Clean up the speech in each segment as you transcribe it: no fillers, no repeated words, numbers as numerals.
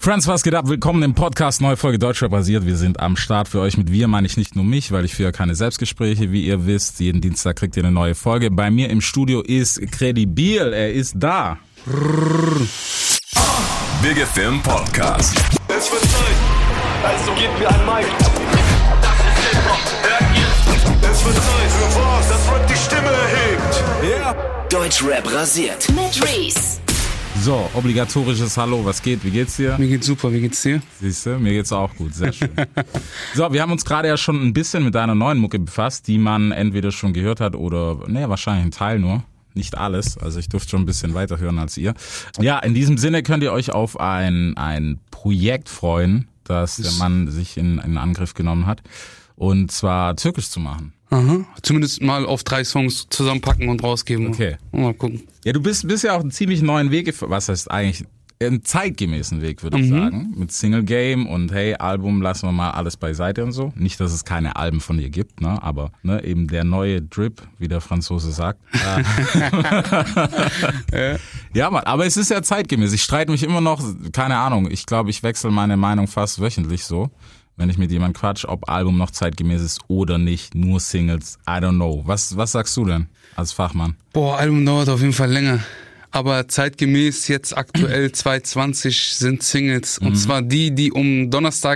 Friends, was geht ab? Willkommen im Podcast, neue Folge Deutschrap basiert. Wir sind am Start für euch. Mit wir meine ich nicht nur mich, weil ich führe keine Selbstgespräche, wie ihr wisst. Jeden Dienstag kriegt ihr eine neue Folge. Bei mir im Studio ist Credibil, er ist da. Big FM Podcast. Es wird Zeit, also gebt mir ein Mic. Das ist Hip-Hop, hört ihr? Es wird Zeit für was, das Rap die Stimme erhebt. Ja. Deutschrap rasiert. Mit Reese. So, obligatorisches Hallo, was geht? Wie geht's dir? Mir geht's super, wie geht's dir? Siehste, mir geht's auch gut, sehr schön. So, wir haben uns gerade ja schon ein bisschen mit deiner neuen Mucke befasst, die man entweder schon gehört hat oder, wahrscheinlich ein Teil nur. Nicht alles, also ich durfte schon ein bisschen weiterhören als ihr. Ja, in diesem Sinne könnt ihr euch auf ein Projekt freuen, das der Mann sich in Angriff genommen hat, und zwar türkisch zu machen. Aha. Zumindest mal auf 3 Songs zusammenpacken und rausgeben. Okay. Mal gucken. Ja, du bist ja auch einen ziemlich neuen Weg, was heißt eigentlich, einen zeitgemäßen Weg, würde ich sagen. Mit Single Game und hey, Album lassen wir mal alles beiseite und so. Nicht, dass es keine Alben von dir gibt, ne, aber eben der neue Drip, wie der Franzose sagt. Ja, Mann, aber es ist ja zeitgemäß. Ich streite mich immer noch, keine Ahnung, ich glaube, ich wechsle meine Meinung fast wöchentlich so. Wenn ich mit jemandem quatsch, ob Album noch zeitgemäß ist oder nicht, nur Singles, I don't know. Was sagst du denn als Fachmann? Boah, Album dauert auf jeden Fall länger. Aber zeitgemäß jetzt aktuell 2020 sind Singles. Und zwar die um Donnerstag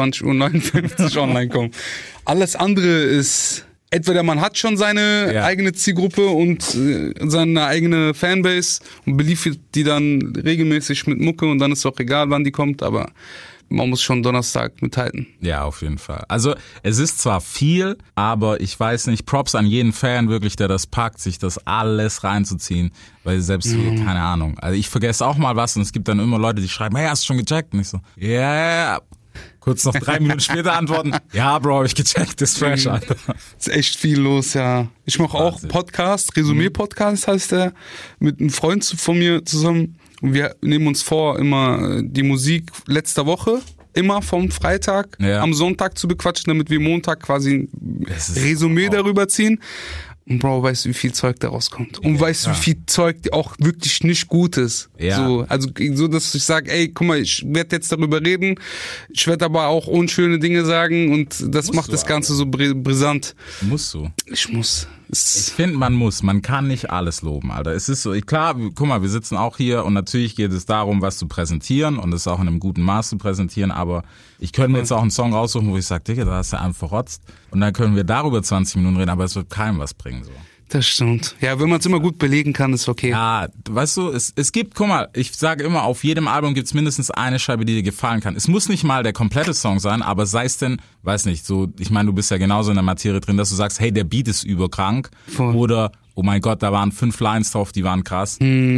23:59 Uhr online kommen. Alles andere ist, entweder man hat schon seine eigene Zielgruppe und seine eigene Fanbase und beliefert die dann regelmäßig mit Mucke und dann ist auch egal, wann die kommt, aber man muss schon Donnerstag mithalten. Ja, auf jeden Fall. Also es ist zwar viel, aber ich weiß nicht, Props an jeden Fan wirklich, der das packt, sich das alles reinzuziehen, weil selbst wir, keine Ahnung. Also ich vergesse auch mal was und es gibt dann immer Leute, die schreiben, hey, hast du schon gecheckt? Und ich so, yeah. Kurz noch 3 Minuten später antworten, ja, Bro, hab ich gecheckt, ist fresh, Alter. Ist echt viel los, ja. Ich mache auch Podcast, Resümee-Podcast heißt der, mit einem Freund von mir zusammen. Und wir nehmen uns vor, immer die Musik letzter Woche, immer vom Freitag am Sonntag zu bequatschen, damit wir Montag quasi ein Resümee darüber ziehen. Und Bro, weißt du, wie viel Zeug da rauskommt? Und weißt du, wie viel Zeug auch wirklich nicht gut ist? Ja. So, also so, dass ich sage, ey, guck mal, ich werde jetzt darüber reden, ich werde aber auch unschöne Dinge sagen und das macht das Ganze so brisant. Musst du. Ich muss. Ich finde, man kann nicht alles loben, Alter. Es ist so, klar, guck mal, wir sitzen auch hier und natürlich geht es darum, was zu präsentieren und es auch in einem guten Maß zu präsentieren, aber ich könnte mir jetzt auch einen Song raussuchen, wo ich sage, Digga, da hast du einen verrotzt und dann können wir darüber 20 Minuten reden, aber es wird keinem was bringen, so. Das stimmt. Ja, wenn man es immer gut belegen kann, ist okay. Ja, weißt du, es gibt, guck mal, ich sage immer, auf jedem Album gibt's mindestens eine Scheibe, die dir gefallen kann. Es muss nicht mal der komplette Song sein, aber sei es denn, weiß nicht, so, ich meine, du bist ja genauso in der Materie drin, dass du sagst, hey, der Beat ist überkrank. Voll. Oder, oh mein Gott, da waren 5 Lines drauf, die waren krass.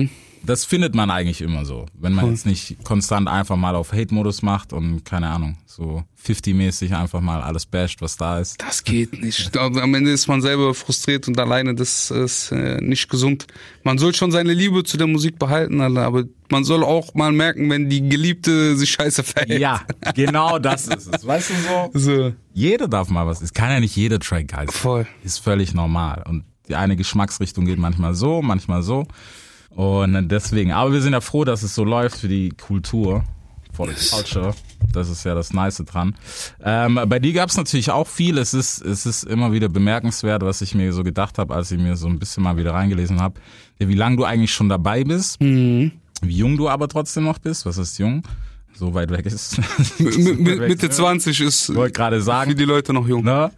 Das findet man eigentlich immer so, wenn man jetzt nicht konstant einfach mal auf Hate-Modus macht und, keine Ahnung, so 50-mäßig einfach mal alles basht, was da ist. Das geht nicht. Am Ende ist man selber frustriert und alleine, das ist nicht gesund. Man soll schon seine Liebe zu der Musik behalten, Alter, aber man soll auch mal merken, wenn die Geliebte sich scheiße verhält. Ja, genau das ist es. Weißt du So. Jeder darf mal was. Es kann ja nicht jeder Track geil sein. Voll. Ist völlig normal. Und die eine Geschmacksrichtung geht manchmal so, manchmal so. Und deswegen, aber wir sind ja froh, dass es so läuft für die Kultur, for the culture. Das ist ja das Nice dran. Bei dir gab es natürlich auch viel. Es ist immer wieder bemerkenswert, was ich mir so gedacht habe, als ich mir so ein bisschen mal wieder reingelesen habe, wie lange du eigentlich schon dabei bist, wie jung du aber trotzdem noch bist. Was ist jung? So weit weg ist. Mitte 20 ist wollte gerade sagen, für die Leute noch jung. Ne?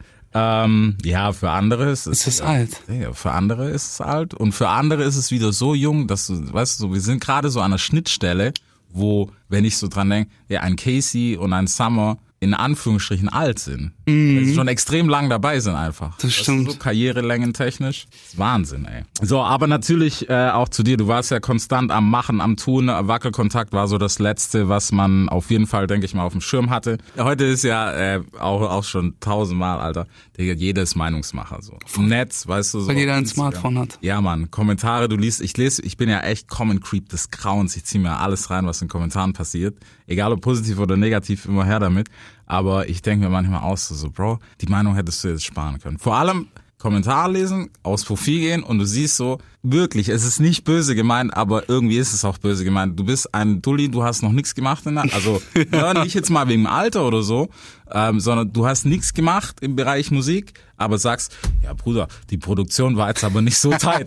Ja, für andere ist es alt. Ja, für andere ist es alt und für andere ist es wieder so jung, dass du, weißt du, wir sind gerade so an einer Schnittstelle, wo, wenn ich so dran denke, ja, ein Casey und ein Summer in Anführungsstrichen alt sind. Weil sie schon extrem lang dabei sind einfach. Das stimmt. So karrierelängentechnisch. Das ist Wahnsinn, ey. So, aber natürlich auch zu dir. Du warst ja konstant am Machen, am Tun. Wackelkontakt war so das Letzte, was man auf jeden Fall, denke ich mal, auf dem Schirm hatte. Heute ist ja auch schon 1000-mal, Alter. Jeder ist Meinungsmacher. So. Im Netz, weißt du. So weil jeder ein Smartphone hat. Ja, Mann. Kommentare, du liest, ich bin ja echt Comment Creep des Grauens. Ich ziehe mir alles rein, was in Kommentaren passiert. Egal ob positiv oder negativ, immer her damit. Aber ich denke mir manchmal aus, so, Bro, die Meinung hättest du jetzt sparen können. Vor allem Kommentar lesen, aufs Profil gehen und du siehst so, wirklich, es ist nicht böse gemeint, aber irgendwie ist es auch böse gemeint. Du bist ein Dulli, du hast noch nichts gemacht. Also nicht jetzt mal wegen dem Alter oder so, sondern du hast nichts gemacht im Bereich Musik, aber sagst, ja Bruder, die Produktion war jetzt aber nicht so tight.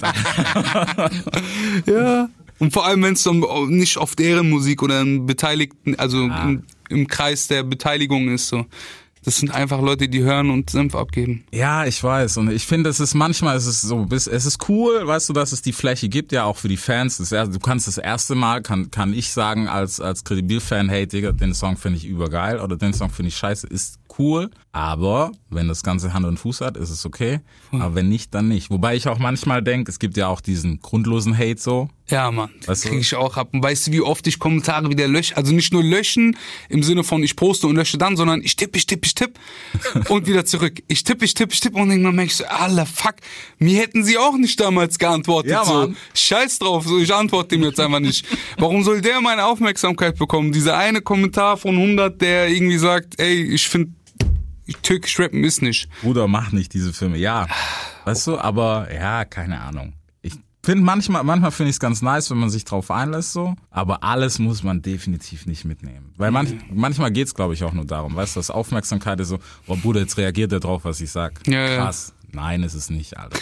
Ja. Und vor allem, wenn es dann nicht auf deren Musik oder im Beteiligten, also im Kreis der Beteiligung ist, so. Das sind einfach Leute, die hören und Senf abgeben. Ja, ich weiß. Und ich finde, es ist manchmal, es ist cool, weißt du, dass es die Fläche gibt, ja auch für die Fans. Du kannst das erste Mal, kann ich sagen, als Credibil-Fan, hey Digga, den Song finde ich übergeil oder den Song finde ich scheiße, ist cool. Aber wenn das Ganze Hand und Fuß hat, ist es okay. Aber wenn nicht, dann nicht. Wobei ich auch manchmal denke, es gibt ja auch diesen grundlosen Hate so. Ja, Mann, das Weißt du? kriege ich auch ab. Und weißt du, wie oft ich Kommentare wieder lösche? Also nicht nur löschen im Sinne von ich poste und lösche dann, sondern ich tippe und wieder zurück. Ich tippe und irgendwann merke ich so, Alter, fuck, mir hätten sie auch nicht damals geantwortet. Ja, so. Mann. Scheiß drauf, so, ich antworte ihm jetzt einfach nicht. Warum soll der meine Aufmerksamkeit bekommen? Dieser eine Kommentar von 100, der irgendwie sagt, ey, ich finde, türkisch rappen ist nicht. Bruder, mach nicht diese Filme. Ja, weißt du, aber ja, keine Ahnung. Ich finde manchmal finde ich es ganz nice, wenn man sich drauf einlässt so, aber alles muss man definitiv nicht mitnehmen. Weil manchmal geht's, glaube ich, auch nur darum, weißt du, dass Aufmerksamkeit ist so, oh Bruder, jetzt reagiert er drauf, was ich sag. Ja, Krass. Nein, ist es nicht, Alter.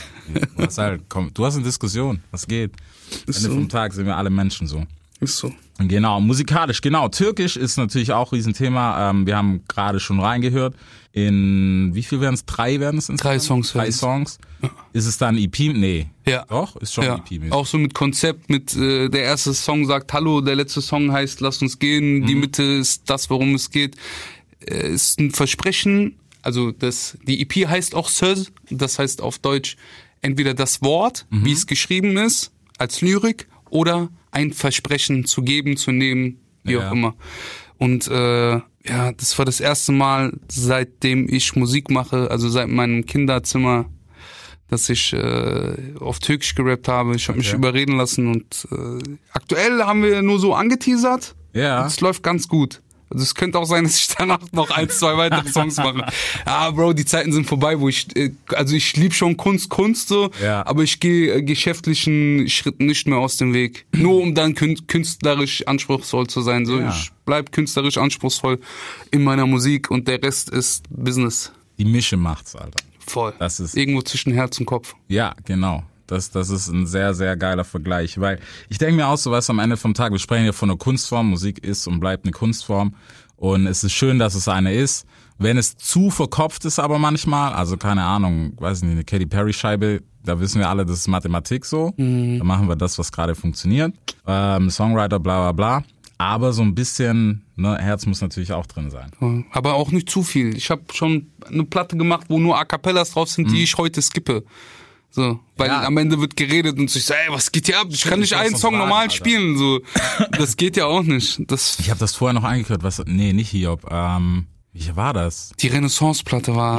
Du hast eine Diskussion, was geht? Ist Ende so. vom Tag sind wir alle Menschen so. Ist so. Genau, musikalisch, genau. Türkisch ist natürlich auch ein Riesenthema. Wir haben gerade schon reingehört. In, wie viel werden es? 3 werden es insgesamt? 3 Songs. 3 Songs. Ja. Ist es dann EP? Nee. Ja. Doch? Ist schon ja. EP. Auch so mit Konzept, mit der erste Song sagt Hallo, der letzte Song heißt Lass uns gehen, die Mitte ist das, worum es geht. Ist ein Versprechen, also die EP heißt auch Söz, das heißt auf Deutsch entweder das Wort, wie es geschrieben ist, als Lyrik, oder ein Versprechen zu geben, zu nehmen, wie auch immer. Und ja, das war das erste Mal, seitdem ich Musik mache, also seit meinem Kinderzimmer, dass ich auf Türkisch gerappt habe. Ich habe mich überreden lassen und aktuell haben wir nur so angeteasert. Ja. Es läuft ganz gut. Also es könnte auch sein, dass ich danach noch 1, 2 weitere Songs mache. Ah, Bro, die Zeiten sind vorbei, wo ich liebe schon Kunst so, aber ich gehe geschäftlichen Schritten nicht mehr aus dem Weg. Nur um dann künstlerisch anspruchsvoll zu sein. So, ich bleib künstlerisch anspruchsvoll in meiner Musik und der Rest ist Business. Die Mische macht's, Alter. Voll. Das ist irgendwo zwischen Herz und Kopf. Ja, genau. Das ist ein sehr, sehr geiler Vergleich, weil ich denke mir auch so, was am Ende vom Tag, wir sprechen ja von einer Kunstform, Musik ist und bleibt eine Kunstform und es ist schön, dass es eine ist. Wenn es zu verkopft ist aber manchmal, also keine Ahnung, weiß nicht, eine Katy Perry Scheibe, da wissen wir alle, das ist Mathematik so, da machen wir das, was gerade funktioniert, Songwriter, bla bla bla, aber so ein bisschen, ne, Herz muss natürlich auch drin sein. Aber auch nicht zu viel. Ich habe schon eine Platte gemacht, wo nur A Cappellas drauf sind, die ich heute skippe. So, weil am Ende wird geredet und ich so, ey, was geht hier ab? Ich kann nicht einen Song normal spielen, so. Das geht ja auch nicht. Ich habe das vorher noch eingehört, nicht Hiob, wie war das? Die Renaissance-Platte war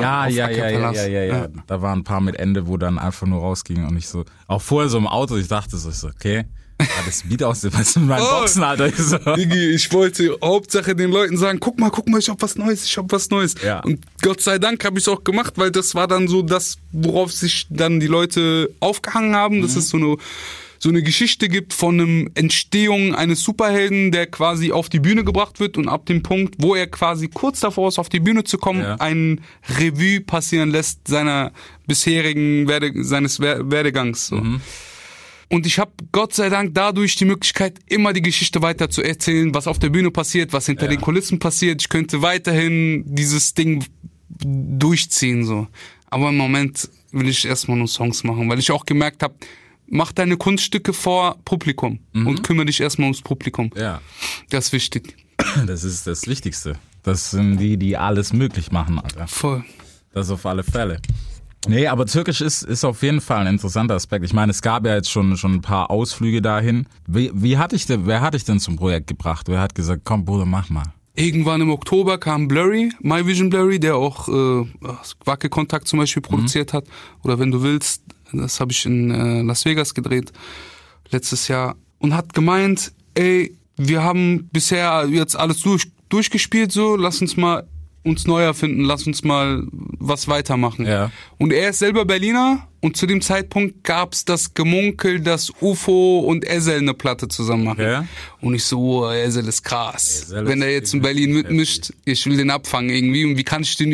Ja. Da waren ein paar mit Ende, wo dann einfach nur rausgingen und ich so, auch vorher so im Auto, ich dachte so, okay, das Beat aus, was ist mit meinen Boxen, Alter? So. Digi, ich wollte Hauptsache den Leuten sagen, guck mal, ich hab was Neues. Ja. Und Gott sei Dank habe ich es auch gemacht, weil das war dann so das, worauf sich dann die Leute aufgehangen haben, dass es so eine Geschichte gibt von einer Entstehung eines Superhelden, der quasi auf die Bühne gebracht wird und ab dem Punkt, wo er quasi kurz davor ist, auf die Bühne zu kommen, ein Revue passieren lässt seiner bisherigen seines Werdegangs. So. Und ich habe Gott sei Dank dadurch die Möglichkeit, immer die Geschichte weiter zu erzählen, was auf der Bühne passiert, was hinter den Kulissen passiert. Ich könnte weiterhin dieses Ding durchziehen, so. Aber im Moment will ich erstmal nur Songs machen, weil ich auch gemerkt habe, mach deine Kunststücke vor Publikum und kümmere dich erstmal ums Publikum. Ja. Das ist wichtig. Das ist das Wichtigste. Das sind die alles möglich machen, Alter. Voll. Das auf alle Fälle. Nee, aber Türkisch ist auf jeden Fall ein interessanter Aspekt. Ich meine, es gab ja jetzt schon ein paar Ausflüge dahin. wer hat dich denn zum Projekt gebracht? Wer hat gesagt, komm Bruder, mach mal? Irgendwann im Oktober kam Blurry, My Vision Blurry, der auch Wackelkontakt zum Beispiel produziert hat. Oder wenn du willst, das habe ich in Las Vegas gedreht, letztes Jahr. Und hat gemeint, ey, wir haben bisher jetzt alles durchgespielt, so, lass uns mal uns neu erfinden, lass uns mal was weitermachen. Ja. Und er ist selber Berliner und zu dem Zeitpunkt gab's das Gemunkel, dass UFO und Ezel eine Platte zusammen machen. Ja. Und ich so, Ezel ist krass. Ezel Wenn ist er jetzt in Berlin mitmischt, ich will den abfangen irgendwie. Und wie kann ich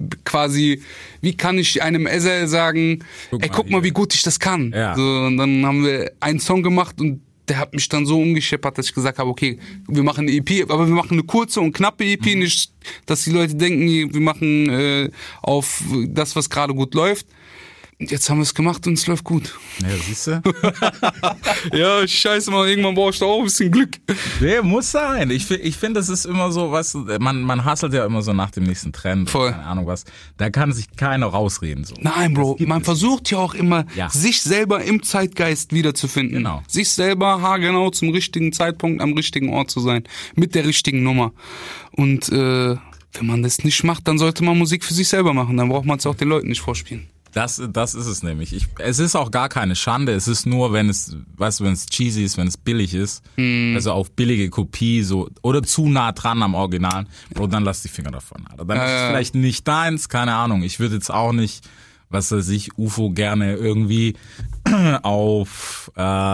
einem Ezel sagen, guck mal, wie gut ich das kann. Ja. So, und dann haben wir einen Song gemacht und der hat mich dann so umgescheppert, dass ich gesagt habe, okay, wir machen eine EP, aber wir machen eine kurze und knappe EP, nicht, dass die Leute denken, wir machen auf das, was gerade gut läuft. Und jetzt haben wir es gemacht und es läuft gut. Ja, siehst du? Ja, scheiße, man, irgendwann brauchst du auch ein bisschen Glück. Nee, muss sein. Ich finde, das ist immer so, weißt du, man hustelt ja immer so nach dem nächsten Trend. Voll. Keine Ahnung was. Da kann sich keiner rausreden. So. Nein, Bro, man versucht ja auch immer, Ja. sich selber im Zeitgeist wiederzufinden. Genau. Sich selber haargenau zum richtigen Zeitpunkt am richtigen Ort zu sein. Mit der richtigen Nummer. Und wenn man das nicht macht, dann sollte man Musik für sich selber machen. Dann braucht man es auch den Leuten nicht vorspielen. Das ist es nämlich. Es ist auch gar keine Schande. Es ist nur, wenn es cheesy ist, wenn es billig ist, also auf billige Kopie so oder zu nah dran am Original, Bro, dann lass die Finger davon. Alter. Dann ist es vielleicht nicht deins, keine Ahnung. Ich würde jetzt auch nicht, was weiß ich, UFO gerne irgendwie auf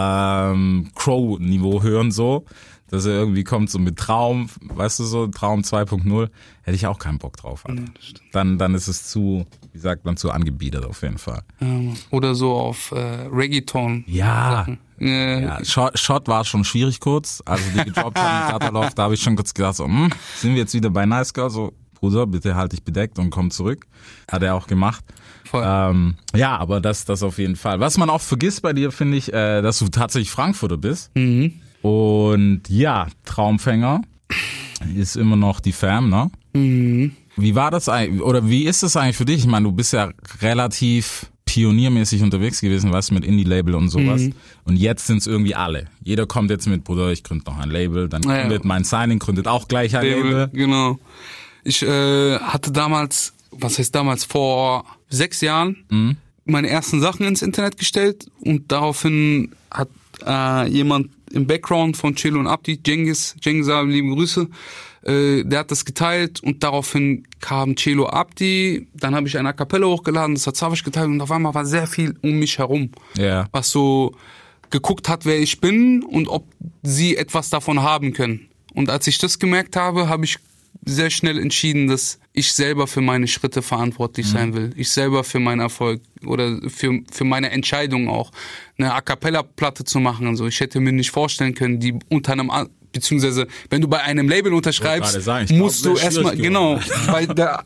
Crow-Niveau hören so. Dass er irgendwie kommt so mit Traum, weißt du so, Traum 2.0, hätte ich auch keinen Bock drauf. Alter. Dann ist es zu, wie sagt man, zu angebiedert auf jeden Fall. Oder so auf Reggaeton. Ja, ja. Shot war schon schwierig kurz, also die gedroppt haben, Katalog, da habe ich schon kurz gedacht, so, sind wir jetzt wieder bei Nice Girl, so, Bruder, bitte halt dich bedeckt und komm zurück. Hat er auch gemacht. Voll. Ja, aber das auf jeden Fall. Was man auch vergisst bei dir, finde ich, dass du tatsächlich Frankfurter bist. Mhm. Und ja, Traumfänger ist immer noch die Fam, ne? Mhm. Wie war das eigentlich, oder wie ist das eigentlich für dich? Ich meine, du bist ja relativ pioniermäßig unterwegs gewesen, weißt du, mit Indie-Label und sowas. Und jetzt sind es irgendwie alle. Jeder kommt jetzt mit, Bruder, ich gründe noch ein Label, dann gründet mein Signing, gründet auch gleich ein Label. Genau. Ich hatte damals, vor 6 Jahren meine ersten Sachen ins Internet gestellt und daraufhin hat jemand im Background von Chelo und Abdi, Cengiz, liebe Grüße, der hat das geteilt und daraufhin kam Chelo Abdi, dann habe ich ein A Cappella hochgeladen, das hat Savage geteilt und auf einmal war sehr viel um mich herum, was so geguckt hat, wer ich bin und ob sie etwas davon haben können. Und als ich das gemerkt habe, habe ich sehr schnell entschieden, dass ich selber für meine Schritte verantwortlich sein will. Ich selber für meinen Erfolg oder für meine Entscheidung auch, eine A-Cappella-Platte zu machen und so. Ich hätte mir nicht vorstellen können, die unter einem, beziehungsweise wenn du bei einem Label unterschreibst, musst du erstmal, genau, weil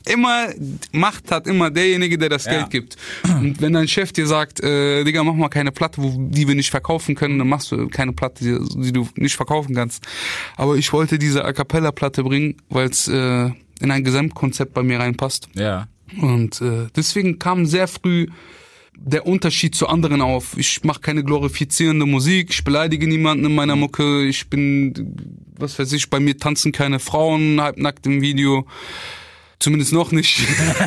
Macht hat immer derjenige, der das Geld gibt. Und wenn dein Chef dir sagt, Digga, mach mal keine Platte, die wir nicht verkaufen können, dann machst du keine Platte, die du nicht verkaufen kannst. Aber ich wollte diese A-Cappella-Platte bringen, weil es in ein Gesamtkonzept bei mir reinpasst. Ja. Und deswegen kam sehr früh der Unterschied zu anderen auf. Ich mache keine glorifizierende Musik, ich beleidige niemanden in meiner Mucke, ich bin, was weiß ich, bei mir tanzen keine Frauen halbnackt im Video. Zumindest noch nicht.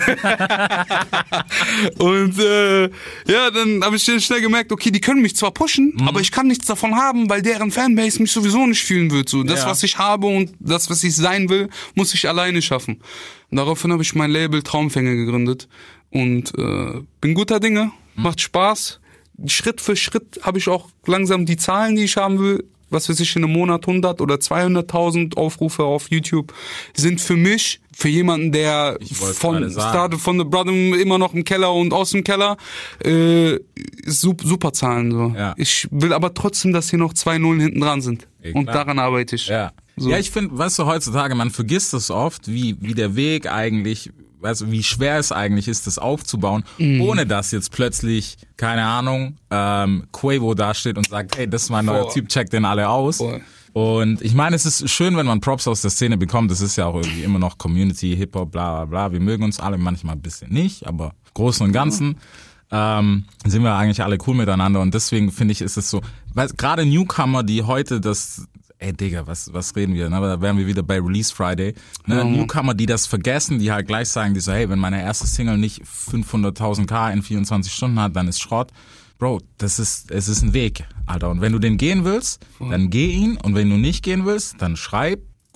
Und dann habe ich schnell gemerkt, okay, die können mich zwar pushen, aber ich kann nichts davon haben, weil deren Fanbase mich sowieso nicht fühlen wird. So, das, was ich habe und das, was ich sein will, muss ich alleine schaffen. Und daraufhin habe ich mein Label Traumfänger gegründet und bin guter Dinge, macht Spaß. Schritt für Schritt habe ich auch langsam die Zahlen, die ich haben will. Was weiß ich, in einem Monat 100 oder 200.000 Aufrufe auf YouTube sind für mich, für jemanden, der von the Bottom immer noch im Keller und aus dem Keller, super Zahlen. So. Ja. Ich will aber trotzdem, dass hier noch 2 Nullen hinten dran sind. Und daran arbeite ich. Ja, so. Ja, ich finde, weißt du, heutzutage, man vergisst es oft, wie der Weg eigentlich, weißt du, wie schwer es eigentlich ist, das aufzubauen, ohne dass jetzt plötzlich, keine Ahnung, Quavo dasteht und sagt, hey, das ist mein neuer Typ, check den alle aus. Voll. Und ich meine, es ist schön, wenn man Props aus der Szene bekommt. Das ist ja auch irgendwie immer noch Community, Hip-Hop, bla bla bla. Wir mögen uns alle manchmal ein bisschen nicht, aber im Großen und Ganzen sind wir eigentlich alle cool miteinander. Und deswegen finde ich, ist es so, weil gerade Newcomer, die heute ey Digga, was reden wir? Ne? Da wären wir wieder bei Release Friday. Ne? Newcomer, die das vergessen, die halt gleich sagen, die so, hey, wenn meine erste Single nicht 500.000 in 24 Stunden hat, dann ist Schrott. Bro, es ist ein Weg, Alter. Und wenn du den gehen willst, dann geh ihn. Und wenn du nicht gehen willst, dann schreib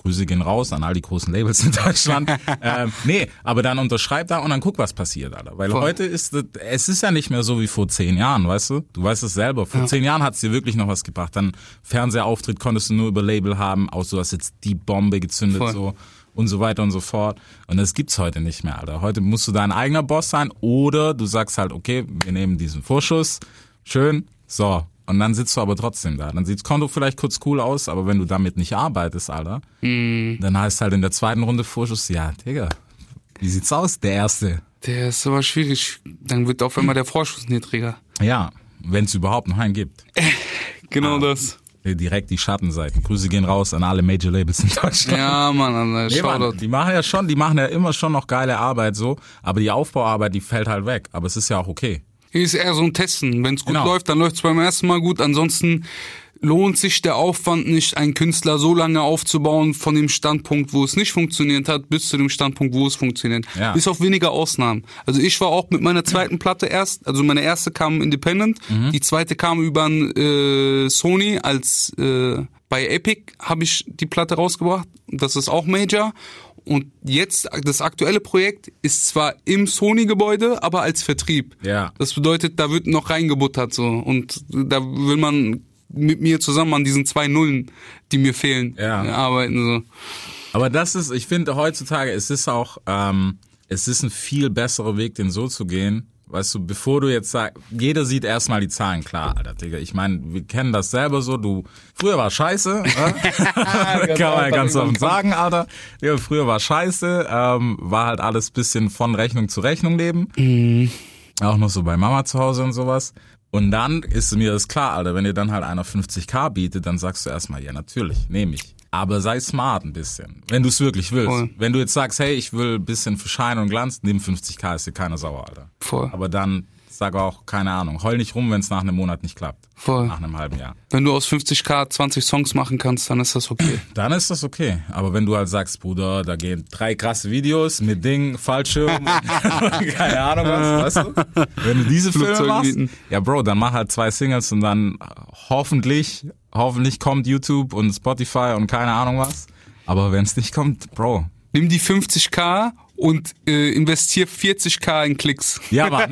Grüße gehen raus an all die großen Labels in Deutschland. Nee, aber dann unterschreib da und dann guck, was passiert, Alter. Weil heute es ist ja nicht mehr so wie vor 10 Jahren, weißt du? Du weißt es selber. Vor 10 Jahren hat es dir wirklich noch was gebracht. Dann Fernsehauftritt konntest du nur über Label haben, auch du hast jetzt die Bombe gezündet, so. Und so weiter und so fort. Und das gibt's heute nicht mehr, Alter. Heute musst du dein eigener Boss sein oder du sagst halt, okay, wir nehmen diesen Vorschuss, schön, so. Und dann sitzt du aber trotzdem da. Dann sieht das Konto vielleicht kurz cool aus, aber wenn du damit nicht arbeitest, Alter, dann heißt halt in der zweiten Runde Vorschuss, ja, Digga, wie sieht's aus, der Erste? Der ist aber schwierig. Dann wird auf einmal der Vorschuss niedriger. Ja, wenn's überhaupt noch einen gibt. Genau das. Direkt die Schattenseiten. Grüße gehen raus an alle Major Labels in Deutschland. Ja, Mann, Shoutout. Die machen ja immer schon noch geile Arbeit so, aber die Aufbauarbeit, die fällt halt weg. Aber es ist ja auch okay. Hier ist eher so ein Testen. Wenn es gut läuft, dann läuft es beim ersten Mal gut. Ansonsten lohnt sich der Aufwand nicht, einen Künstler so lange aufzubauen von dem Standpunkt, wo es nicht funktioniert hat, bis zu dem Standpunkt, wo es funktioniert. Ja. Bis auf wenige Ausnahmen. Also ich war auch mit meiner zweiten Platte meine erste kam Independent, die zweite kam über Sony als bei Epic habe ich die Platte rausgebracht. Das ist auch Major. Und jetzt, das aktuelle Projekt ist zwar im Sony-Gebäude, aber als Vertrieb. Ja. Das bedeutet, da wird noch reingebuttert so. Und da will man mit mir zusammen an diesen 2 Nullen, die mir fehlen, arbeiten. So. Aber ich finde heutzutage, es ist auch, es ist ein viel besserer Weg, den so zu gehen. Weißt du, bevor du jetzt sagst, jeder sieht erstmal die Zahlen, klar, Alter, Digga. Ich meine, wir kennen das selber so, früher war scheiße, kann man ganz offen sagen, Alter. Ja, früher war scheiße, war halt alles bisschen von Rechnung zu Rechnung leben. Auch noch so bei Mama zu Hause und sowas. Und dann ist mir das klar, Alter, wenn dir dann halt einer 50.000 bietet, dann sagst du erstmal, ja, natürlich, nehme ich. Aber sei smart ein bisschen, wenn du es wirklich willst. Voll. Wenn du jetzt sagst, hey, ich will ein bisschen für Schein und Glanz, nimm 50.000, ist dir keiner sauer, Alter. Voll. Aber dann sag auch, keine Ahnung, heul nicht rum, wenn es nach einem Monat nicht klappt. Voll. Nach einem halben Jahr. Wenn du aus 50.000 20 Songs machen kannst, dann ist das okay. Dann ist das okay. Aber wenn du halt sagst, Bruder, da gehen 3 krasse Videos mit Ding, Fallschirm, keine Ahnung was, weißt du? Wenn du diese Filme machst, ja Bro, dann mach halt 2 Singles und dann hoffentlich kommt YouTube und Spotify und keine Ahnung was. Aber wenn es nicht kommt, Bro. Nimm die 50.000 und investier 40.000 in Klicks. Ja, Mann.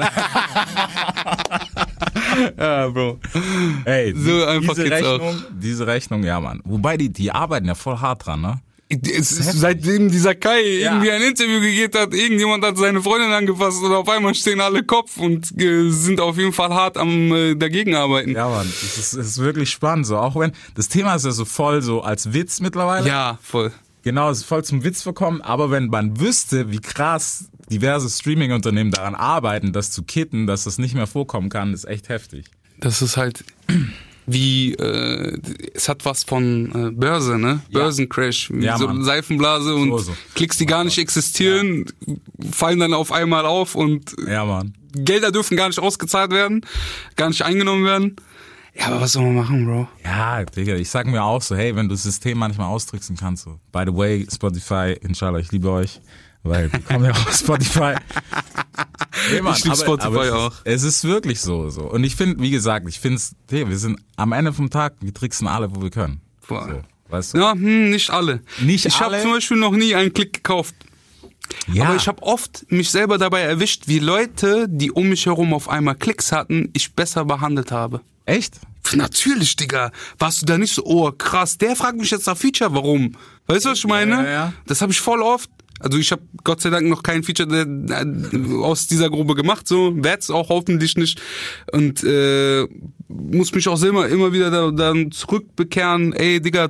Ja, Bro. Ey, so einfach geht's auch. Diese Rechnung, ja, Mann. Wobei die arbeiten ja voll hart dran, ne? Seitdem dieser Kai irgendwie ein Interview gegeben hat, irgendjemand hat seine Freundin angefasst und auf einmal stehen alle Kopf und sind auf jeden Fall hart am dagegen arbeiten. Ja, Mann, das ist wirklich spannend, so. Auch wenn, das Thema ist ja so voll so als Witz mittlerweile. Ja, voll. Genau, es ist voll zum Witz verkommen, aber wenn man wüsste, wie krass diverse Streaming-Unternehmen daran arbeiten, das zu kitten, dass das nicht mehr vorkommen kann, ist echt heftig. Das ist halt wie, es hat was von Börse, ne? Ja. Börsencrash, wie so eine Seifenblase und so. Klicks, die gar nicht existieren, fallen dann auf einmal auf und Gelder dürfen gar nicht ausgezahlt werden, gar nicht eingenommen werden. Ja, aber was soll man machen, Bro? Ja, Digga, ich sag mir auch so, hey, wenn du das System manchmal austricksen kannst, so. By the way, Spotify, inshallah, ich liebe euch, weil wir kommen ja auch auf Spotify. Nee, Mann, ich liebe Spotify auch. Es ist wirklich so. Und ich finde, wie gesagt, Digga, wir sind am Ende vom Tag, wir tricksen alle, wo wir können. So, weißt du? Ja, nicht alle. Ich habe zum Beispiel noch nie einen Klick gekauft. Ja. Aber ich habe oft mich selber dabei erwischt, wie Leute, die um mich herum auf einmal Klicks hatten, ich besser behandelt habe. Echt? Natürlich, Digga. Warst du da nicht so, oh krass, der fragt mich jetzt nach Feature, warum? Weißt du, was ich meine? Ja. Das habe ich voll oft. Also ich habe Gott sei Dank noch kein Feature aus dieser Gruppe gemacht, so werd's auch hoffentlich nicht und muss mich auch immer wieder dann zurückbekehren. Ey, Digga,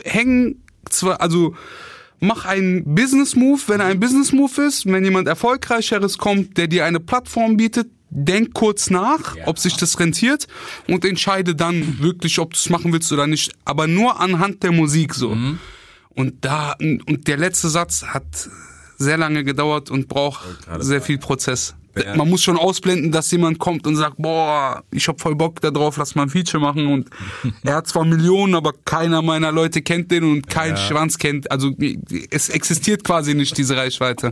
mach einen Business-Move, wenn er ein Business-Move ist, wenn jemand Erfolgreicheres kommt, der dir eine Plattform bietet, denk kurz nach, ob sich das rentiert und entscheide dann wirklich, ob du es machen willst oder nicht, aber nur anhand der Musik so. Und der letzte Satz hat sehr lange gedauert und braucht sehr viel Prozess. Ja. Man muss schon ausblenden, dass jemand kommt und sagt, boah, ich hab voll Bock da drauf, lass mal ein Feature machen und er hat zwar Millionen, aber keiner meiner Leute kennt den und kein Schwanz kennt, also es existiert quasi nicht, diese Reichweite.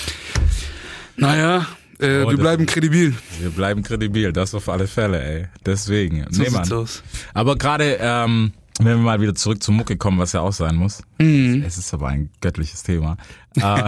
Naja, wir bleiben kredibil. Wir bleiben kredibil, das auf alle Fälle, ey. Deswegen. So sieht's aus. Aber gerade, Wenn wir mal wieder zurück zur Mucke kommen, was ja auch sein muss. Es ist aber ein göttliches Thema. Ja,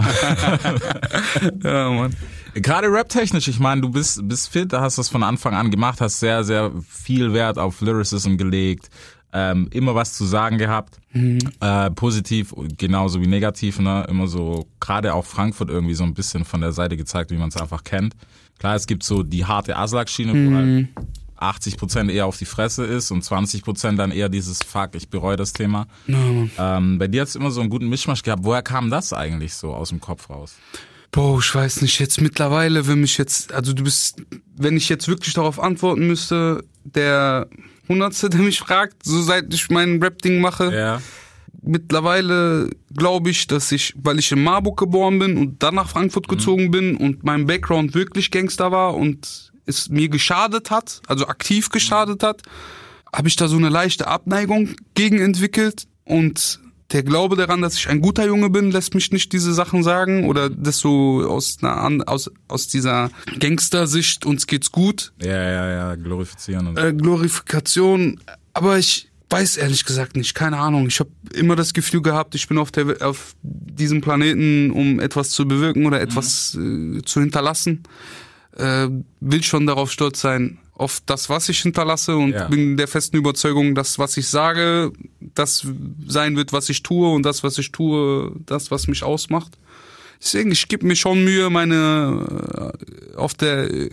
Mann. Gerade raptechnisch, ich meine, du bist fit, da hast das von Anfang an gemacht, hast sehr, sehr viel Wert auf Lyricism gelegt, immer was zu sagen gehabt, positiv genauso wie negativ, ne? Immer so, gerade auch Frankfurt irgendwie so ein bisschen von der Seite gezeigt, wie man es einfach kennt. Klar, es gibt so die harte Aslak-Schiene, wo halt 80% eher auf die Fresse ist und 20% dann eher dieses Fuck, ich bereue das Thema. Bei dir hat es immer so einen guten Mischmasch gehabt. Woher kam das eigentlich so aus dem Kopf raus? Boah, ich weiß nicht, jetzt mittlerweile, wenn ich jetzt wirklich darauf antworten müsste, der 100. der mich fragt, so seit ich mein Rap-Ding mache, Ja. mittlerweile glaube ich, dass weil ich in Marburg geboren bin und dann nach Frankfurt gezogen bin und mein Background wirklich Gangster war und es mir geschadet hat, also aktiv geschadet hat, habe ich da so eine leichte Abneigung gegen entwickelt und der Glaube daran, dass ich ein guter Junge bin, lässt mich nicht diese Sachen sagen oder das so aus dieser Gangstersicht, uns geht's gut. Ja, glorifizieren. Und Glorifikation, aber ich weiß ehrlich gesagt nicht, keine Ahnung. Ich habe immer das Gefühl gehabt, ich bin auf diesem Planeten, um etwas zu bewirken oder etwas zu hinterlassen. Will schon darauf stolz sein, auf das, was ich hinterlasse und bin der festen Überzeugung, dass was ich sage, das sein wird, was ich tue und das, was ich tue, das, was mich ausmacht. Deswegen, ich gebe mir schon Mühe, meine auf der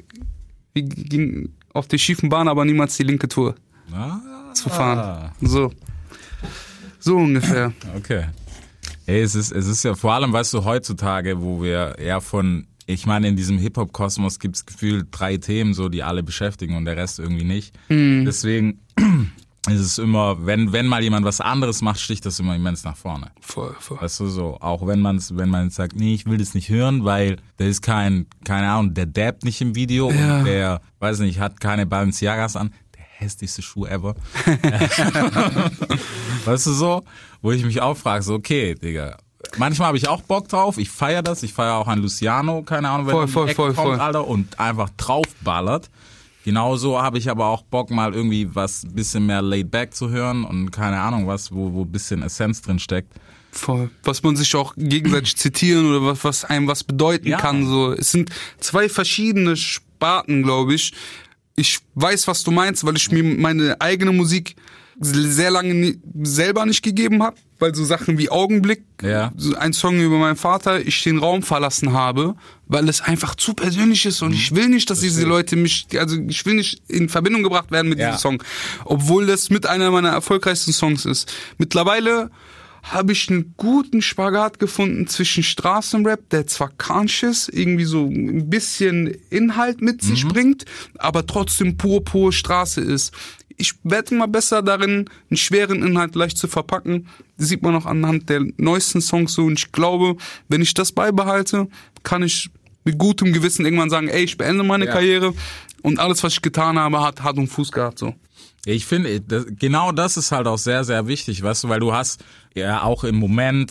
schiefen Bahn, aber niemals die linke Tour zu fahren. So ungefähr. Okay. Ey, es ist ja vor allem, weißt du, heutzutage, wo wir eher ich meine, in diesem Hip-Hop-Kosmos gibt's gefühlt 3 Themen, so, die alle beschäftigen und der Rest irgendwie nicht. Deswegen ist es immer, wenn mal jemand was anderes macht, sticht das immer immens nach vorne. Voll. Weißt du, so, auch wenn man sagt, nee, ich will das nicht hören, weil der ist keine Ahnung, der dabbt nicht im Video und der, weiß nicht, hat keine Balenciagas an. Der hässlichste Schuh ever. Weißt du, so, wo ich mich auch frage, so, okay, Digga, manchmal habe ich auch Bock drauf, ich feiere das, ich feiere auch einen Luciano, keine Ahnung, wenn er um die Ecke kommt, Alter, und einfach draufballert. Genauso habe ich aber auch Bock, mal irgendwie was bisschen mehr laid back zu hören und keine Ahnung was, wo ein bisschen Essenz drin steckt. Voll. Was man sich auch gegenseitig zitieren oder was einem was bedeuten kann. So, es sind 2 verschiedene Sparten, glaube ich. Ich weiß, was du meinst, weil ich mir meine eigene Musik sehr lange selber nicht gegeben habe, weil so Sachen wie Augenblick, so ein Song über meinen Vater, ich den Raum verlassen habe, weil es einfach zu persönlich ist und ich will nicht, dass diese Leute ich will nicht in Verbindung gebracht werden mit diesem Song, obwohl das mit einer meiner erfolgreichsten Songs ist. Mittlerweile habe ich einen guten Spagat gefunden zwischen Straßenrap, der zwar conscious, irgendwie so ein bisschen Inhalt mit sich bringt, aber trotzdem pur Straße ist. Ich werde immer besser darin, einen schweren Inhalt leicht zu verpacken. Das sieht man auch anhand der neuesten Songs so. Und ich glaube, wenn ich das beibehalte, kann ich mit gutem Gewissen irgendwann sagen, ey, ich beende meine Karriere und alles, was ich getan habe, hat Hand und Fuß gehabt, so. Ich finde, genau das ist halt auch sehr, sehr wichtig, weißt du, weil du hast ja auch im Moment,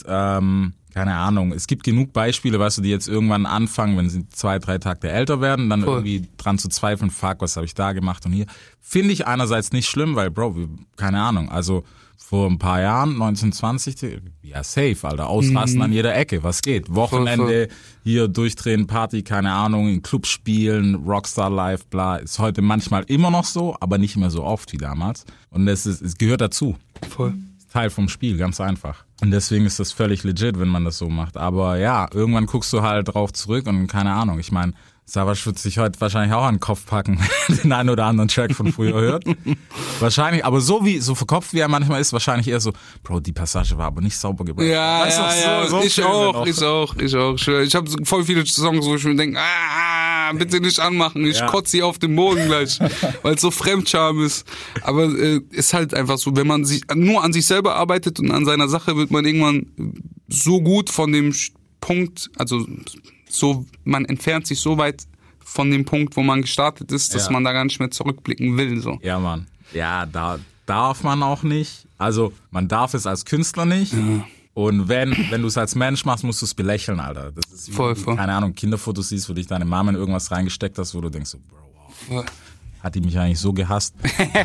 keine Ahnung, es gibt genug Beispiele, weißt du, die jetzt irgendwann anfangen, wenn sie 2-3 Tage älter werden, dann irgendwie dran zu zweifeln, fuck, was habe ich da gemacht und hier. Finde ich einerseits nicht schlimm, weil, Bro, keine Ahnung, also vor ein paar Jahren, 1920, ja safe, Alter, ausrasten an jeder Ecke, was geht? Wochenende, hier durchdrehen, Party, keine Ahnung, in Clubs spielen, Rockstar Life, bla, ist heute manchmal immer noch so, aber nicht mehr so oft wie damals. Und es gehört dazu. Voll. Teil vom Spiel, ganz einfach. Und deswegen ist das völlig legit, wenn man das so macht. Aber ja, irgendwann guckst du halt drauf zurück und keine Ahnung, ich meine, Savas wird sich heute wahrscheinlich auch an den Kopf packen, wenn er den einen oder anderen Track von früher hört. Wahrscheinlich, aber so verkopft wie er manchmal ist, wahrscheinlich eher so, Bro, die Passage war aber nicht sauber gebracht. Ja, weißt du, so ich auch. Ich habe voll viele Songs, wo ich mir denke, bitte nicht anmachen, ich kotze sie auf den Boden gleich, weil es so Fremdscham ist. Aber ist halt einfach so, wenn man sich nur an sich selber arbeitet und an seiner Sache, wird man irgendwann so gut von dem Punkt, also so, man entfernt sich so weit von dem Punkt, wo man gestartet ist, dass man da gar nicht mehr zurückblicken will. So. Ja, Mann. Ja, da darf man auch nicht. Also, man darf es als Künstler nicht. Ja. Und wenn du es als Mensch machst, musst du es belächeln, Alter. Das ist voll. Keine Ahnung, Kinderfotos siehst, wo dich deine Mama in irgendwas reingesteckt hast, wo du denkst so, Bro, wow. hat die mich eigentlich so gehasst.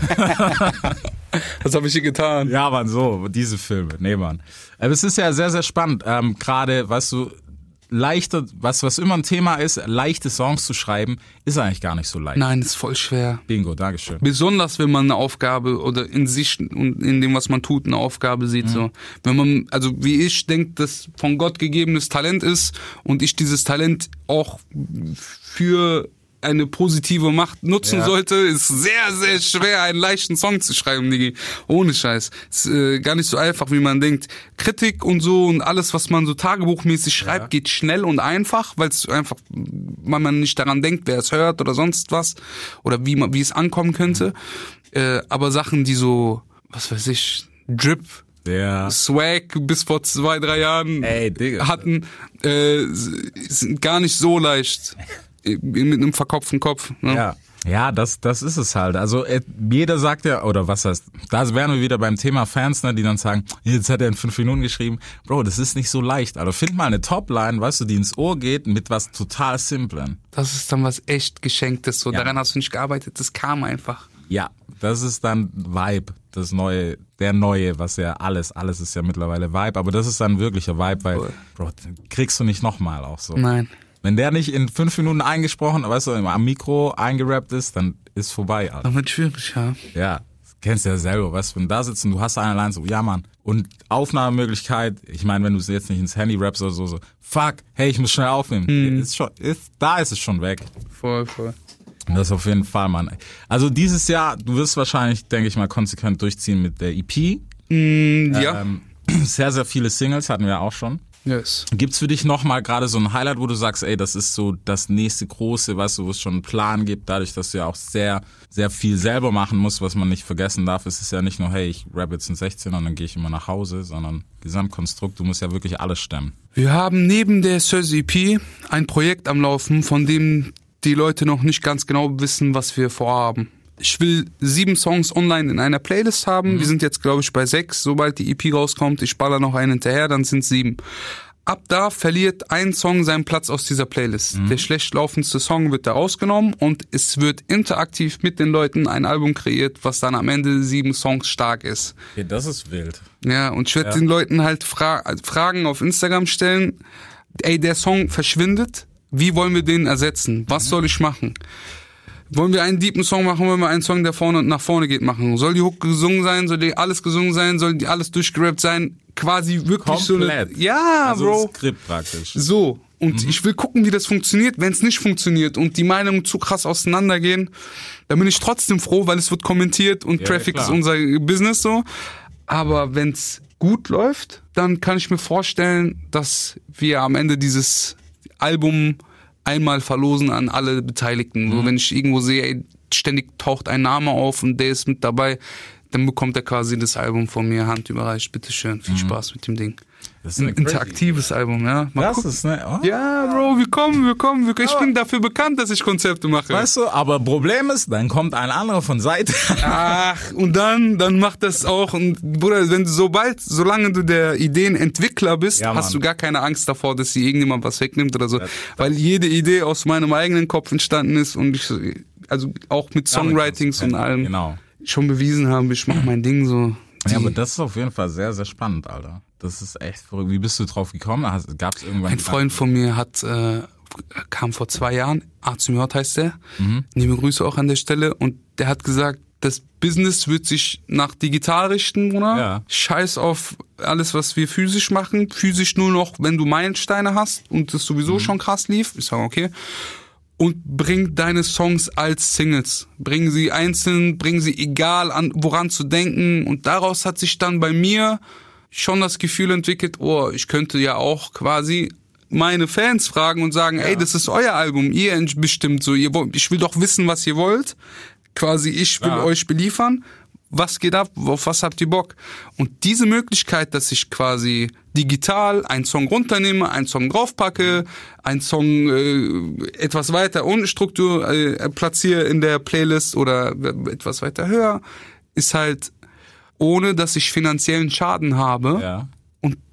Was habe ich hier getan? Ja, Mann, so, diese Filme. Nee, Mann. Aber es ist ja sehr, sehr spannend. Gerade, weißt du, leichter, was immer ein Thema ist, leichte Songs zu schreiben, ist eigentlich gar nicht so leicht. Nein, ist voll schwer. Bingo, Dankeschön. Besonders, wenn man eine Aufgabe oder in sich und in dem, was man tut, eine Aufgabe sieht. So, wenn man, also wie ich denke, das von Gott gegebenes Talent ist und ich dieses Talent auch für eine positive Macht nutzen sollte, ist sehr, sehr schwer, einen leichten Song zu schreiben, Digi. Ohne Scheiß. Ist gar nicht so einfach, wie man denkt. Kritik und so und alles, was man so tagebuchmäßig schreibt, geht schnell und einfach, weil es einfach, weil man nicht daran denkt, wer es hört oder sonst was oder wie es ankommen könnte. Aber Sachen, die so, was weiß ich, Drip, Swag bis vor 2-3 Jahren hatten, sind gar nicht so leicht. Mit einem verkopften Kopf. Ne? Ja, das ist es halt. Also jeder sagt ja, oder was heißt, da wären wir wieder beim Thema Fans, ne, die dann sagen, jetzt hat er in 5 Minuten geschrieben. Bro, das ist nicht so leicht. Also find mal eine Topline, weißt du, die ins Ohr geht mit was total Simplen. Das ist dann was echt Geschenktes. So, daran hast du nicht gearbeitet, das kam einfach. Ja, das ist dann Vibe, das Neue, der Neue, was ja alles ist ja mittlerweile Vibe, aber das ist dann wirklicher Vibe, weil, Bro, kriegst du nicht nochmal auch so. Nein. Wenn der nicht in 5 Minuten eingesprochen, weißt du, am Mikro eingerappt ist, dann ist vorbei, Alter. Das wird schwierig, ja. Ja, kennst du ja selber, weißt du, wenn du da sitzt und du hast eine allein so, ja Mann. Und Aufnahmemöglichkeit, ich meine, wenn du jetzt nicht ins Handy rappst oder so, fuck, hey, ich muss schnell aufnehmen. Da ist es schon weg. Voll. Das auf jeden Fall, Mann. Also dieses Jahr, du wirst wahrscheinlich, denke ich mal, konsequent durchziehen mit der EP. Ja. Sehr, sehr viele Singles hatten wir auch schon. Yes. Gibt's für dich nochmal gerade so ein Highlight, wo du sagst, ey, das ist so das nächste große, weißt du, wo es schon einen Plan gibt, dadurch, dass du ja auch sehr, sehr viel selber machen musst, was man nicht vergessen darf. Es ist ja nicht nur, hey, ich rap jetzt in 16 und dann gehe ich immer nach Hause, sondern Gesamtkonstrukt, du musst ja wirklich alles stemmen. Wir haben neben der Söz EP ein Projekt am Laufen, von dem die Leute noch nicht ganz genau wissen, was wir vorhaben. Ich will 7 Songs online in einer Playlist haben. Wir sind jetzt, glaube ich, bei 6. Sobald die EP rauskommt, ich baller noch einen hinterher, dann sind es 7. Ab da verliert ein Song seinen Platz aus dieser Playlist. Der schlecht laufendste Song wird da rausgenommen und es wird interaktiv mit den Leuten ein Album kreiert, was dann am Ende 7 Songs stark ist. Okay, das ist wild. Ja, und ich werde den Leuten halt Fragen auf Instagram stellen. Ey, der Song verschwindet. Wie wollen wir den ersetzen? Was soll ich machen? Wollen wir einen deepen Song machen, wollen wir einen Song, der vorne und nach vorne geht, machen? Soll die Hook gesungen sein? Soll die alles gesungen sein? Soll die alles durchgerappt sein? Quasi wirklich komplett. So eine... Ja, also Bro. ein Skript praktisch. So. Und ich will gucken, wie das funktioniert. Wenn es nicht funktioniert und die Meinungen zu krass auseinandergehen, dann bin ich trotzdem froh, weil es wird kommentiert und Traffic ist unser Business so. Aber wenn es gut läuft, dann kann ich mir vorstellen, dass wir am Ende dieses Album einmal verlosen an alle Beteiligten. So, wenn ich irgendwo sehe, ey, ständig taucht ein Name auf und der ist mit dabei, dann bekommt er quasi das Album von mir handüberreicht. Bitteschön, viel Spaß mit dem Ding. Das ist ein interaktives Album, ja. Mal das ist, ne? Oh. Ja, Bro, wir kommen. Ich bin dafür bekannt, dass ich Konzepte mache. Weißt du, aber Problem ist, dann kommt ein anderer von Seite. Ach, und dann macht das auch. Und Bruder, wenn du solange du der Ideenentwickler bist, hast du gar keine Angst davor, dass dir irgendjemand was wegnimmt oder so. Weil jede Idee aus meinem eigenen Kopf entstanden ist und ich, also auch mit Songwritings und allem schon bewiesen habe, ich mache mein Ding so. Ja, aber das ist auf jeden Fall sehr, sehr spannend, Alter. Das ist echt verrückt. Wie bist du drauf gekommen? Gab's irgendwann? Ein Freund von mir kam vor 2 Jahren, A-J heißt der, liebe Grüße auch an der Stelle, und der hat gesagt, das Business wird sich nach digital richten, Bruder. Ja. Scheiß auf alles, was wir physisch machen. Physisch nur noch, wenn du Meilensteine hast und das sowieso schon krass lief. Ich sage, okay. Und bring deine Songs als Singles. Bring sie einzeln, bring sie egal an, woran zu denken. Und daraus hat sich dann bei mir schon das Gefühl entwickelt, oh, ich könnte ja auch quasi meine Fans fragen und sagen, ey, das ist euer Album, ihr bestimmt so, ich will doch wissen, was ihr wollt. Quasi, ich will euch beliefern. Was geht ab? Auf was habt ihr Bock? Und diese Möglichkeit, dass ich quasi digital einen Song runternehme, einen Song draufpacke, einen Song etwas weiter unten Struktur platziere in der Playlist oder etwas weiter höher, ist halt, ohne dass ich finanziellen Schaden habe. Ja. Und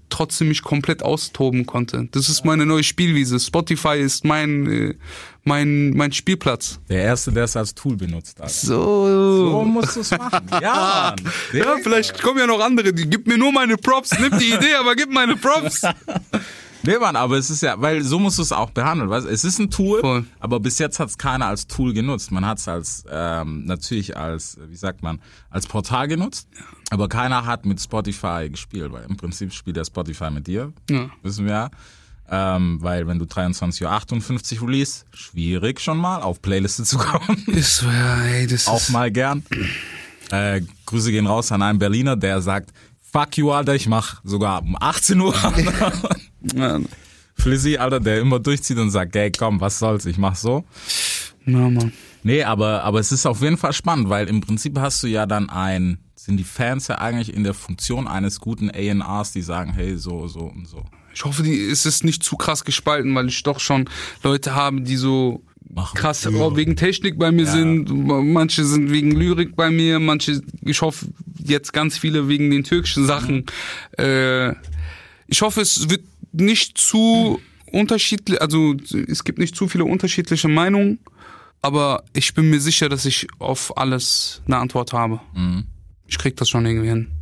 trotzdem mich komplett austoben konnte. Das ist meine neue Spielwiese. Spotify ist mein Spielplatz. Der Erste, der es als Tool benutzt. Alter. So musst du es machen. Ja, Mann. Ja, vielleicht kommen ja noch andere, die gib mir nur meine Props, nimm die Idee, aber gib meine Props. Nee, Mann, aber es ist ja, weil so musst du es auch behandeln, weißt du? Es ist ein Tool, Voll. aber bis jetzt hat es keiner als Tool genutzt. Man hat es als, natürlich als, wie sagt man, als Portal genutzt, aber keiner hat mit Spotify gespielt, weil im Prinzip spielt der Spotify mit dir, wissen wir ja. Weil wenn du 23:58 Uhr release, schwierig schon mal, auf Playliste zu kommen. Ist so, ja, ey, das Auch ist... mal gern. Grüße gehen raus an einen Berliner, der sagt, fuck you, Alter, ich mach sogar um 18 Uhr. Ja, Flizzy, Alter, der immer durchzieht und sagt, ey, komm, was soll's, ich mach so. Mann. Nee, aber es ist auf jeden Fall spannend, weil im Prinzip hast du ja dann sind die Fans ja eigentlich in der Funktion eines guten A&Rs, die sagen, hey, so und so. Ich hoffe, es ist nicht zu krass gespalten, weil ich doch schon Leute habe, die so krass wegen Technik bei mir sind. Manche sind wegen Lyrik bei mir, manche, ich hoffe, jetzt ganz viele wegen den türkischen Sachen. Ich hoffe, es wird nicht zu unterschiedlich, also es gibt nicht zu viele unterschiedliche Meinungen, aber ich bin mir sicher, dass ich auf alles eine Antwort habe. Ich krieg das schon irgendwie hin.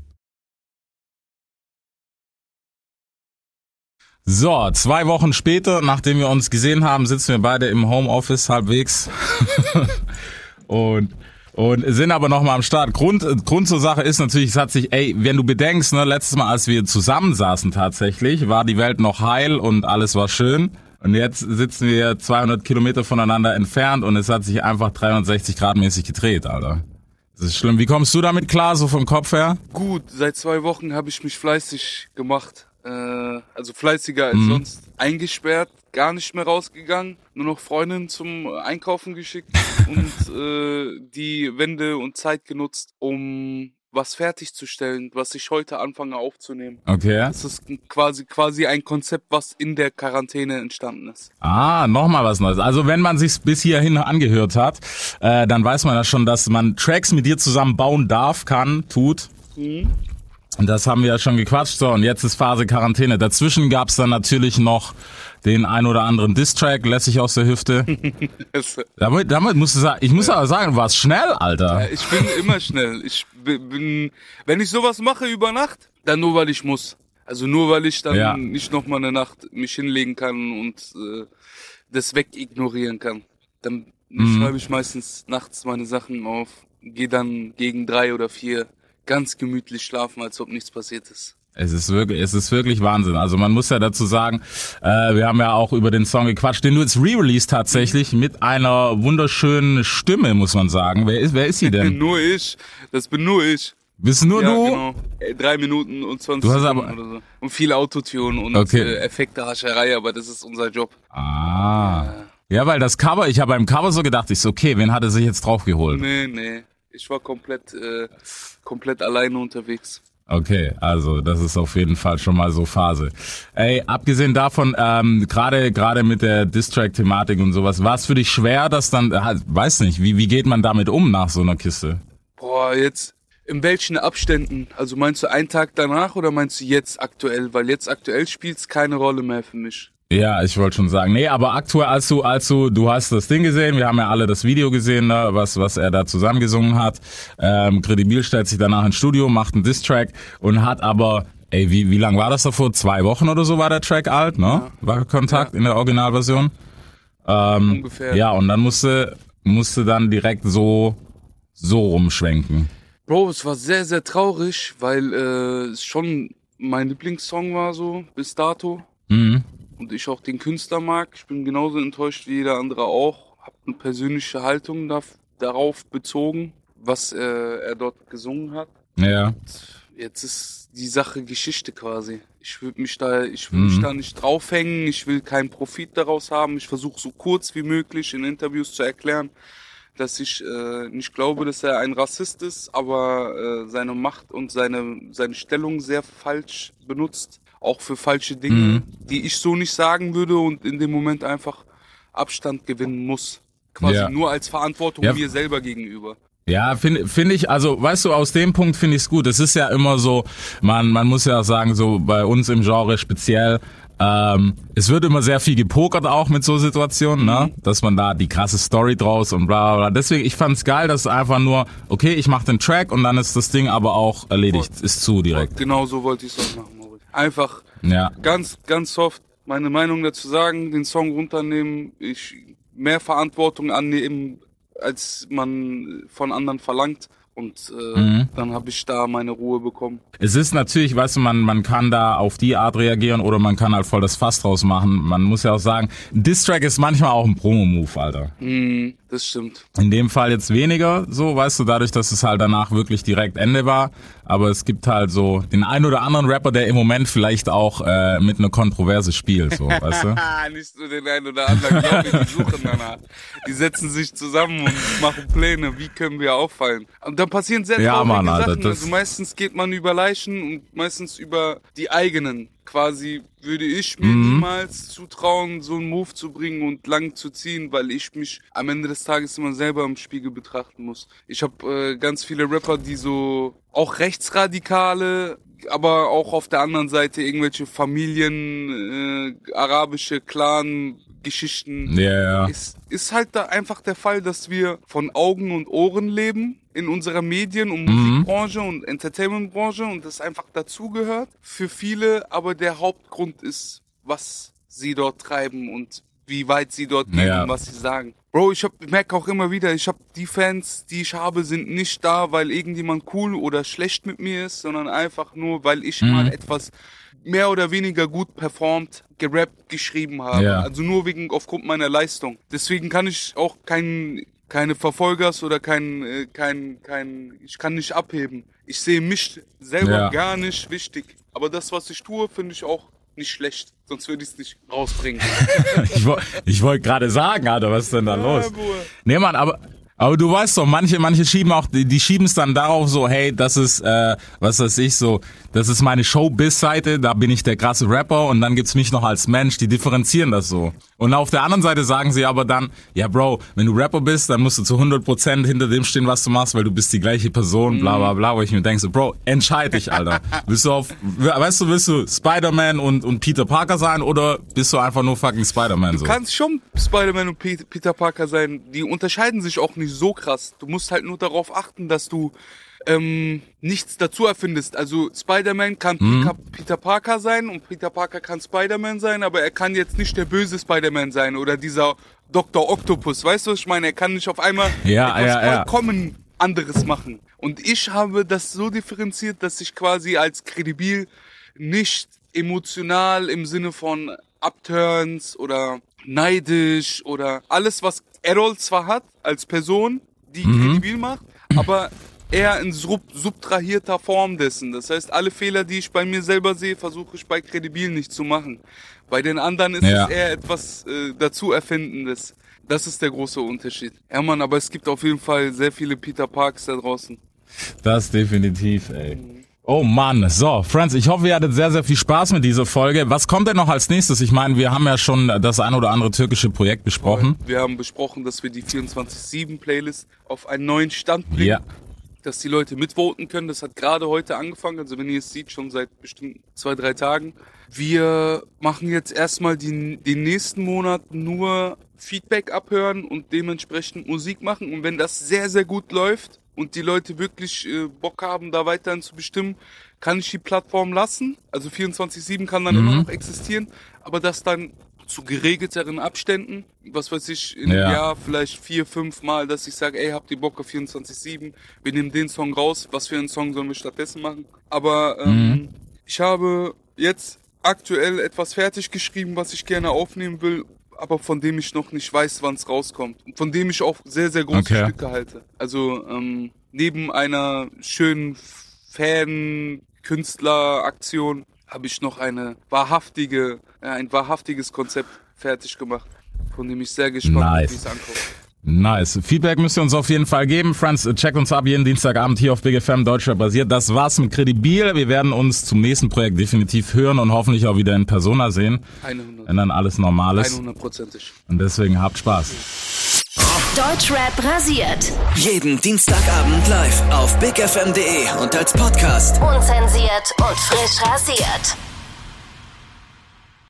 So, 2 Wochen später, nachdem wir uns gesehen haben, sitzen wir beide im Homeoffice halbwegs und sind aber nochmal am Start. Grund zur Sache ist natürlich, es hat sich, wenn du bedenkst, ne, letztes Mal, als wir zusammensaßen tatsächlich, war die Welt noch heil und alles war schön. Und jetzt sitzen wir 200 Kilometer voneinander entfernt und es hat sich einfach 360 Grad mäßig gedreht, Alter. Das ist schlimm. Wie kommst du damit klar, so vom Kopf her? Gut, seit 2 Wochen habe ich mich fleißig gemacht. Also fleißiger als sonst, eingesperrt, gar nicht mehr rausgegangen, nur noch Freundinnen zum Einkaufen geschickt und die Wende und Zeit genutzt, um was fertigzustellen, was ich heute anfange aufzunehmen. Okay. Das ist quasi ein Konzept, was in der Quarantäne entstanden ist. Ah, nochmal was Neues. Also wenn man sich's bis hierhin angehört hat, dann weiß man ja schon, dass man Tracks mit dir zusammen bauen darf, kann, tut. Und das haben wir ja schon gequatscht. So, und jetzt ist Phase Quarantäne. Dazwischen gab's dann natürlich noch den ein oder anderen Diss-Track, lässig aus der Hüfte. damit musst du sagen, ich muss aber sagen, du warst schnell, Alter. Ja, ich bin immer schnell. Ich bin, wenn ich sowas mache über Nacht, dann nur, weil ich muss. Also nur, weil ich dann nicht nochmal eine Nacht mich hinlegen kann und das wegignorieren kann. Dann schreibe ich meistens nachts meine Sachen auf, gehe dann gegen 3 oder 4 ganz gemütlich schlafen, als ob nichts passiert ist. Es ist wirklich Wahnsinn. Also man muss ja dazu sagen, wir haben ja auch über den Song gequatscht, den du jetzt re-released tatsächlich mit einer wunderschönen Stimme, muss man sagen. Wer ist sie denn? Nur ich. Das bin nur ich. Bist nur du? Genau. 3 Minuten und 20 Sekunden oder so. Und viel Autotune und Effekte-Hascherei, aber das ist unser Job. Ja, weil das Cover, ich habe beim Cover so gedacht, okay, wen hat er sich jetzt draufgeholt? Nee. Ich war komplett alleine unterwegs. Okay, also das ist auf jeden Fall schon mal so Phase. Abgesehen davon, gerade mit der Diss-Track-Thematik und sowas, war es für dich schwer, dass dann, weiß nicht, wie geht man damit um nach so einer Kiste? Boah, jetzt in welchen Abständen? Also meinst du einen Tag danach oder meinst du jetzt aktuell? Weil jetzt aktuell spielt's keine Rolle mehr für mich. Ja, ich wollte schon sagen. Nee, aber aktuell, du hast das Ding gesehen, wir haben ja alle das Video gesehen, ne, was er da zusammengesungen hat. Credibil stellt sich danach ins Studio, macht einen Diss-Track und hat aber, wie lang war das davor? 2 Wochen oder so war der Track alt, ne? Ja. War Kontakt in der Originalversion. Ungefähr. Ja, und dann musste dann direkt so rumschwenken. Bro, es war sehr, sehr traurig, weil es schon mein Lieblingssong war so, bis dato. Und ich auch den Künstler mag. Ich bin genauso enttäuscht wie jeder andere auch. Hab eine persönliche Haltung darauf bezogen, was er dort gesungen hat. Ja. Und jetzt ist die Sache Geschichte quasi. Ich will mich da nicht draufhängen. Ich will keinen Profit daraus haben. Ich versuche so kurz wie möglich in Interviews zu erklären, dass ich nicht glaube, dass er ein Rassist ist, aber seine Macht und seine Stellung sehr falsch benutzt. Auch für falsche Dinge, die ich so nicht sagen würde und in dem Moment einfach Abstand gewinnen muss. Quasi nur als Verantwortung mir selber gegenüber. Ja, finde ich, also weißt du, aus dem Punkt finde ich es gut. Es ist ja immer so, man muss ja auch sagen, so bei uns im Genre speziell, es wird immer sehr viel gepokert auch mit so Situationen, ne? Dass man da die krasse Story draus und bla bla bla. Deswegen, ich fand's geil, dass es einfach nur, okay, ich mach den Track und dann ist das Ding aber auch erledigt, ist zu direkt. Genau so wollte ich es auch machen, Moritz. Einfach Ja. ganz, ganz soft meine Meinung dazu sagen, den Song runternehmen, mehr Verantwortung annehmen, als man von anderen verlangt. Und dann habe ich da meine Ruhe bekommen. Es ist natürlich, weißt du, man kann da auf die Art reagieren oder man kann halt voll das Fass draus machen. Man muss ja auch sagen, ein Diss-Track ist manchmal auch ein Promo-Move, Alter. Das stimmt. In dem Fall jetzt weniger, so, weißt du, dadurch, dass es halt danach wirklich direkt Ende war. Aber es gibt halt so den einen oder anderen Rapper, der im Moment vielleicht auch mit einer Kontroverse spielt, so, weißt du? Nicht nur den einen oder anderen, glaube ich, die suchen danach. Die setzen sich zusammen und machen Pläne, wie können wir auffallen. Und dann passieren sehr traurige Sachen. Also meistens geht man über Leichen und meistens über die eigenen. Quasi würde ich mir niemals zutrauen, so einen Move zu bringen und lang zu ziehen, weil ich mich am Ende des Tages immer selber im Spiegel betrachten muss. Ich habe ganz viele Rapper, die so auch Rechtsradikale, aber auch auf der anderen Seite irgendwelche Familien, arabische Clan-Geschichten. Ja. Ist halt da einfach der Fall, dass wir von Augen und Ohren leben in unserer Medien- und Musikbranche und Entertainmentbranche und das einfach dazugehört für viele, aber der Hauptgrund ist, was sie dort treiben und wie weit sie dort gehen und was sie sagen. Bro, ich merke auch immer wieder, die Fans, die ich habe, sind nicht da, weil irgendjemand cool oder schlecht mit mir ist, sondern einfach nur, weil ich mal etwas mehr oder weniger gut performt, gerappt, geschrieben habe. Ja. Also nur aufgrund meiner Leistung. Deswegen kann ich auch keine Verfolgers oder ich kann nicht abheben. Ich sehe mich selber gar nicht wichtig. Aber das, was ich tue, finde ich auch nicht schlecht. Sonst würde ich es nicht rausbringen. Ich wollte gerade sagen, Alter, was ist denn da los? Nee, Mann, aber du weißt doch, manche schieben auch, die schieben es dann darauf so, hey, das ist, was weiß ich, so, das ist meine Showbiz-Seite, da bin ich der krasse Rapper und dann gibt's mich noch als Mensch, die differenzieren das so. Und auf der anderen Seite sagen sie aber dann, ja Bro, wenn du Rapper bist, dann musst du zu 100% hinter dem stehen, was du machst, weil du bist die gleiche Person, bla bla bla, wo ich mir denke so, Bro, entscheid dich, Alter. Willst du Spider-Man und Peter Parker sein oder bist du einfach nur fucking Spider-Man so? Du kannst schon Spider-Man und Peter Parker sein, die unterscheiden sich auch nicht so krass. Du musst halt nur darauf achten, dass du nichts dazu erfindest. Also Spider-Man kann Peter Parker sein und Peter Parker kann Spider-Man sein, aber er kann jetzt nicht der böse Spider-Man sein oder dieser Dr. Octopus. Weißt du, was ich meine? Er kann nicht auf einmal etwas vollkommen anderes machen. Und ich habe das so differenziert, dass ich quasi als kredibil nicht emotional im Sinne von Upturns oder neidisch oder alles, was Errol zwar hat als Person, die kredibil macht, aber eher in subtrahierter Form dessen. Das heißt, alle Fehler, die ich bei mir selber sehe, versuche ich bei kredibil nicht zu machen. Bei den anderen ist es eher etwas dazu Erfindendes. Das ist der große Unterschied. Ja, Mann, aber es gibt auf jeden Fall sehr viele Peter Parks da draußen. Das definitiv, ey. Oh Mann, so, Friends, ich hoffe, ihr hattet sehr, sehr viel Spaß mit dieser Folge. Was kommt denn noch als nächstes? Ich meine, wir haben ja schon das ein oder andere türkische Projekt besprochen. Wir haben besprochen, dass wir die 24/7-Playlist auf einen neuen Stand bringen, dass die Leute mitvoten können. Das hat gerade heute angefangen, also wenn ihr es seht, schon seit bestimmt 2-3 Tagen. Wir machen jetzt erstmal den nächsten Monat nur Feedback abhören und dementsprechend Musik machen. Und wenn das sehr, sehr gut läuft, und die Leute wirklich Bock haben, da weiterhin zu bestimmen, kann ich die Plattform lassen. Also 24/7 kann dann immer noch existieren, aber das dann zu geregelteren Abständen, was weiß ich, im Jahr vielleicht 4-5 Mal, dass ich sage, ey, habt ihr Bock auf 24/7? Wir nehmen den Song raus, was für einen Song sollen wir stattdessen machen? Aber ich habe jetzt aktuell etwas fertig geschrieben, was ich gerne aufnehmen will, aber von dem ich noch nicht weiß, wann es rauskommt. Und von dem ich auch sehr, sehr große Stücke halte. Also neben einer schönen Fan-Künstler-Aktion habe ich noch ein wahrhaftiges Konzept fertig gemacht, von dem ich sehr gespannt bin, wie es ankommt. Nice. Feedback müsst ihr uns auf jeden Fall geben. Friends, checkt uns ab jeden Dienstagabend hier auf Big FM, Deutschrap basiert. Das war's mit Kredibil. Wir werden uns zum nächsten Projekt definitiv hören und hoffentlich auch wieder in Persona sehen. 100. Wenn dann alles normal ist. 100%. Und deswegen habt Spaß. Deutschrap rasiert. Jeden Dienstagabend live auf bigfm.de und als Podcast. Unzensiert und frisch rasiert.